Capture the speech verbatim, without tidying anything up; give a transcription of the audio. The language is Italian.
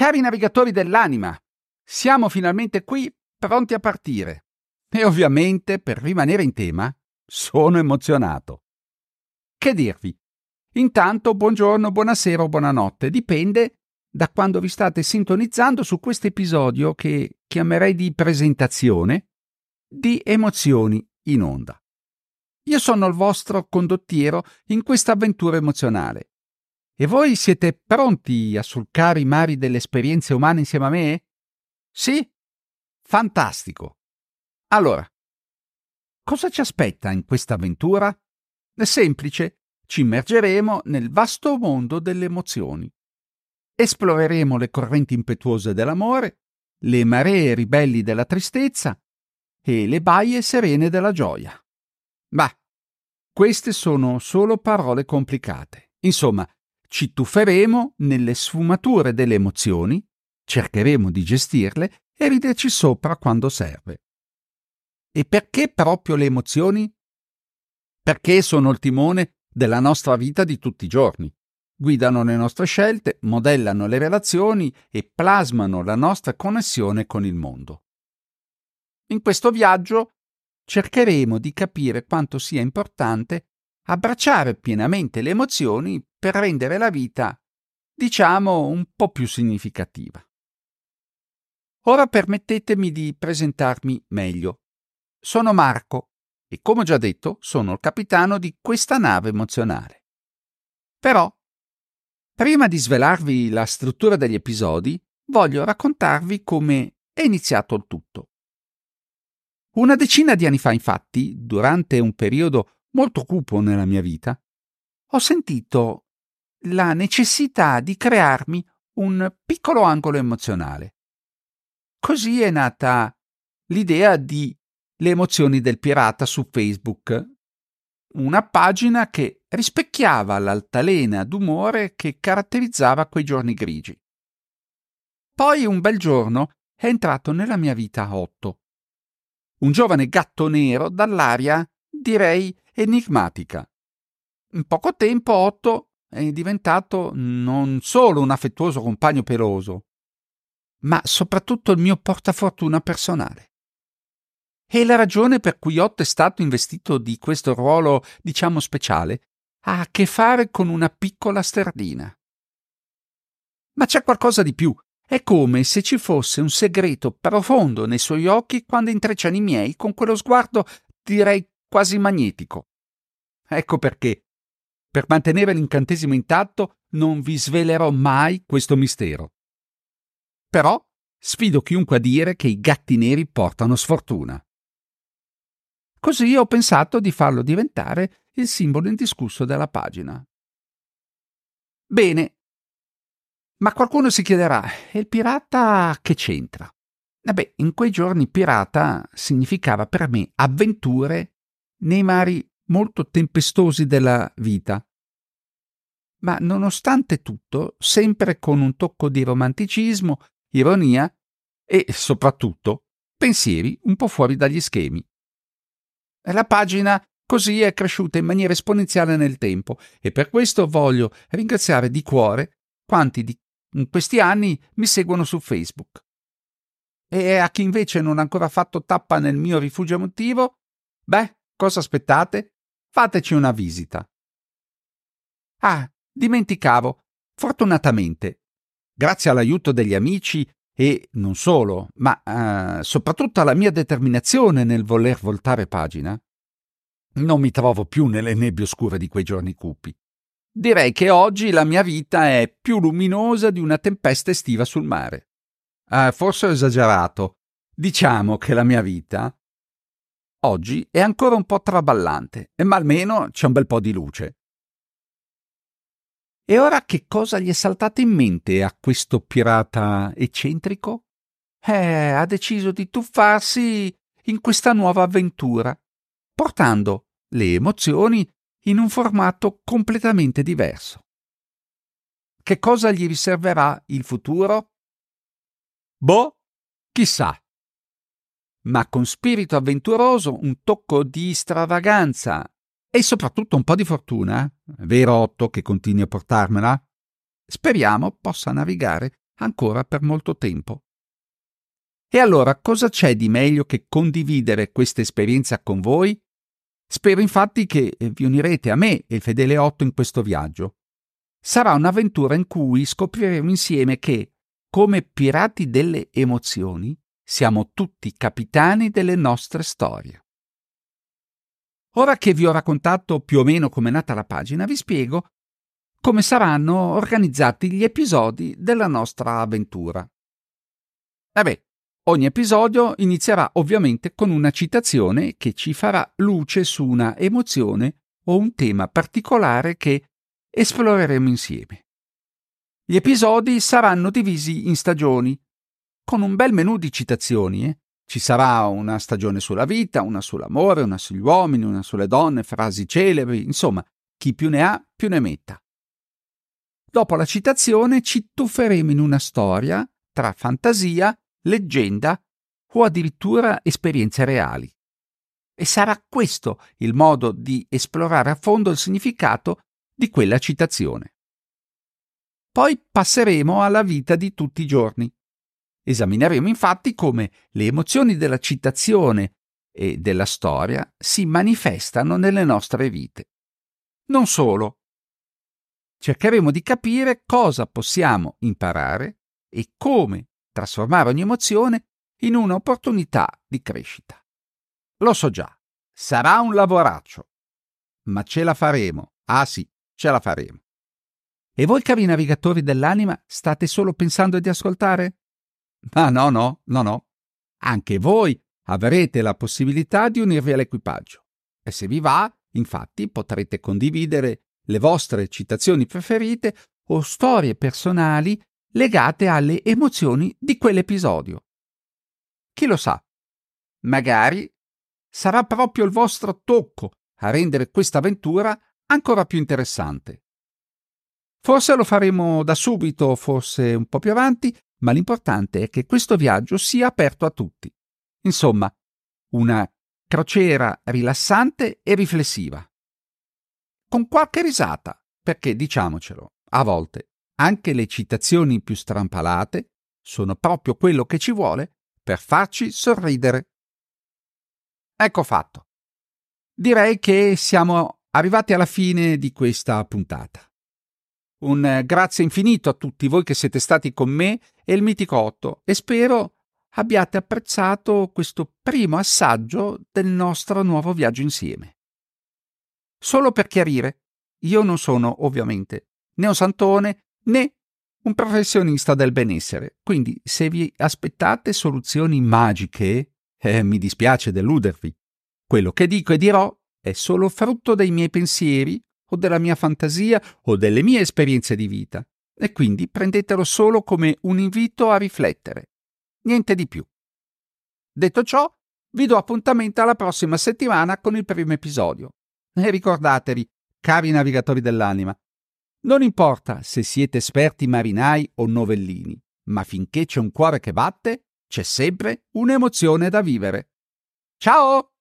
Cari navigatori dell'anima, siamo finalmente qui, pronti a partire. E ovviamente, per rimanere in tema, sono emozionato. Che dirvi? Intanto, buongiorno, buonasera o buonanotte, dipende da quando vi state sintonizzando su questo episodio che chiamerei di presentazione di Emozioni in Onda. Io sono il vostro condottiero in questa avventura emozionale. E voi siete pronti a solcare i mari delle esperienze umane insieme a me? Sì? Fantastico! Allora, cosa ci aspetta in questa avventura? È semplice, ci immergeremo nel vasto mondo delle emozioni. Esploreremo le correnti impetuose dell'amore, le maree ribelli della tristezza e le baie serene della gioia. Ma queste sono solo parole complicate. Insomma, ci tufferemo nelle sfumature delle emozioni, cercheremo di gestirle e riderci sopra quando serve. E perché proprio le emozioni? Perché sono il timone della nostra vita di tutti i giorni. Guidano le nostre scelte, modellano le relazioni e plasmano la nostra connessione con il mondo. In questo viaggio cercheremo di capire quanto sia importante abbracciare pienamente le emozioni per rendere la vita, diciamo, un po' più significativa. Ora permettetemi di presentarmi meglio. Sono Marco e, come ho già detto, sono il capitano di questa nave emozionale. Però, prima di svelarvi la struttura degli episodi, voglio raccontarvi come è iniziato il tutto. Una decina di anni fa, infatti, durante un periodo molto cupo nella mia vita, ho sentito la necessità di crearmi un piccolo angolo emozionale. Così è nata l'idea di Le emozioni del pirata su Facebook, una pagina che rispecchiava l'altalena d'umore che caratterizzava quei giorni grigi. Poi un bel giorno è entrato nella mia vita Otto, un giovane gatto nero dall'aria, direi, enigmatica. In poco tempo Otto è diventato non solo un affettuoso compagno peloso, ma soprattutto il mio portafortuna personale. E la ragione per cui Otto è stato investito di questo ruolo, diciamo, speciale, ha a che fare con una piccola sterlina. Ma c'è qualcosa di più. È come se ci fosse un segreto profondo nei suoi occhi quando intrecciano i miei con quello sguardo, direi, quasi magnetico. Ecco perché, per mantenere l'incantesimo intatto, non vi svelerò mai questo mistero. Però sfido chiunque a dire che i gatti neri portano sfortuna. Così ho pensato di farlo diventare il simbolo indiscusso della pagina. Bene, ma qualcuno si chiederà, e il pirata che c'entra? E beh, in quei giorni pirata significava per me avventure nei mari molto tempestosi della vita. Ma nonostante tutto, sempre con un tocco di romanticismo, ironia e, soprattutto, pensieri un po' fuori dagli schemi. La pagina così è cresciuta in maniera esponenziale nel tempo e per questo voglio ringraziare di cuore quanti di in questi anni mi seguono su Facebook. E a chi invece non ha ancora fatto tappa nel mio rifugio emotivo, beh, cosa aspettate? Fateci una visita. Ah, dimenticavo, fortunatamente, grazie all'aiuto degli amici e non solo, ma uh, soprattutto alla mia determinazione nel voler voltare pagina, non mi trovo più nelle nebbie oscure di quei giorni cupi. Direi che oggi la mia vita è più luminosa di una tempesta estiva sul mare. Uh, forse ho esagerato. Diciamo che la mia vita oggi è ancora un po' traballante, ma almeno c'è un bel po' di luce. E ora che cosa gli è saltato in mente a questo pirata eccentrico? Eh, ha deciso di tuffarsi in questa nuova avventura, portando le emozioni in un formato completamente diverso. Che cosa gli riserverà il futuro? Boh, chissà. Ma con spirito avventuroso, un tocco di stravaganza e soprattutto un po' di fortuna, vero Otto che continui a portarmela? Speriamo possa navigare ancora per molto tempo. E allora cosa c'è di meglio che condividere questa esperienza con voi? Spero infatti che vi unirete a me e il fedele Otto in questo viaggio. Sarà un'avventura in cui scopriremo insieme che, come pirati delle emozioni, siamo tutti capitani delle nostre storie. Ora che vi ho raccontato più o meno come è nata la pagina, vi spiego come saranno organizzati gli episodi della nostra avventura. Vabbè, ogni episodio inizierà ovviamente con una citazione che ci farà luce su una emozione o un tema particolare che esploreremo insieme. Gli episodi saranno divisi in stagioni, con un bel menù di citazioni. Eh? Ci sarà una stagione sulla vita, una sull'amore, una sugli uomini, una sulle donne, frasi celebri, insomma, chi più ne ha più ne metta. Dopo la citazione ci tufferemo in una storia tra fantasia, leggenda o addirittura esperienze reali. E sarà questo il modo di esplorare a fondo il significato di quella citazione. Poi passeremo alla vita di tutti i giorni. Esamineremo infatti come le emozioni della citazione e della storia si manifestano nelle nostre vite. Non solo. Cercheremo di capire cosa possiamo imparare e come trasformare ogni emozione in un'opportunità di crescita. Lo so già, sarà un lavoraccio, ma ce la faremo. Ah sì, ce la faremo. E voi, cari navigatori dell'anima, state solo pensando di ascoltare? Ma no, no, no, no. Anche voi avrete la possibilità di unirvi all'equipaggio. E se vi va, infatti, potrete condividere le vostre citazioni preferite o storie personali legate alle emozioni di quell'episodio. Chi lo sa? Magari sarà proprio il vostro tocco a rendere questa avventura ancora più interessante. Forse lo faremo da subito, forse un po' più avanti, ma l'importante è che questo viaggio sia aperto a tutti. Insomma, una crociera rilassante e riflessiva. Con qualche risata, perché diciamocelo, a volte anche le citazioni più strampalate sono proprio quello che ci vuole per farci sorridere. Ecco fatto. Direi che siamo arrivati alla fine di questa puntata. Un grazie infinito a tutti voi che siete stati con me e il Mitico Otto e spero abbiate apprezzato questo primo assaggio del nostro nuovo viaggio insieme. Solo per chiarire, io non sono ovviamente né un santone né un professionista del benessere, quindi se vi aspettate soluzioni magiche, eh, mi dispiace deludervi. Quello che dico e dirò è solo frutto dei miei pensieri o della mia fantasia o delle mie esperienze di vita, e quindi prendetelo solo come un invito a riflettere. Niente di più. Detto ciò, vi do appuntamento alla prossima settimana con il primo episodio. E ricordatevi, cari navigatori dell'anima, non importa se siete esperti marinai o novellini, ma finché c'è un cuore che batte, c'è sempre un'emozione da vivere. Ciao!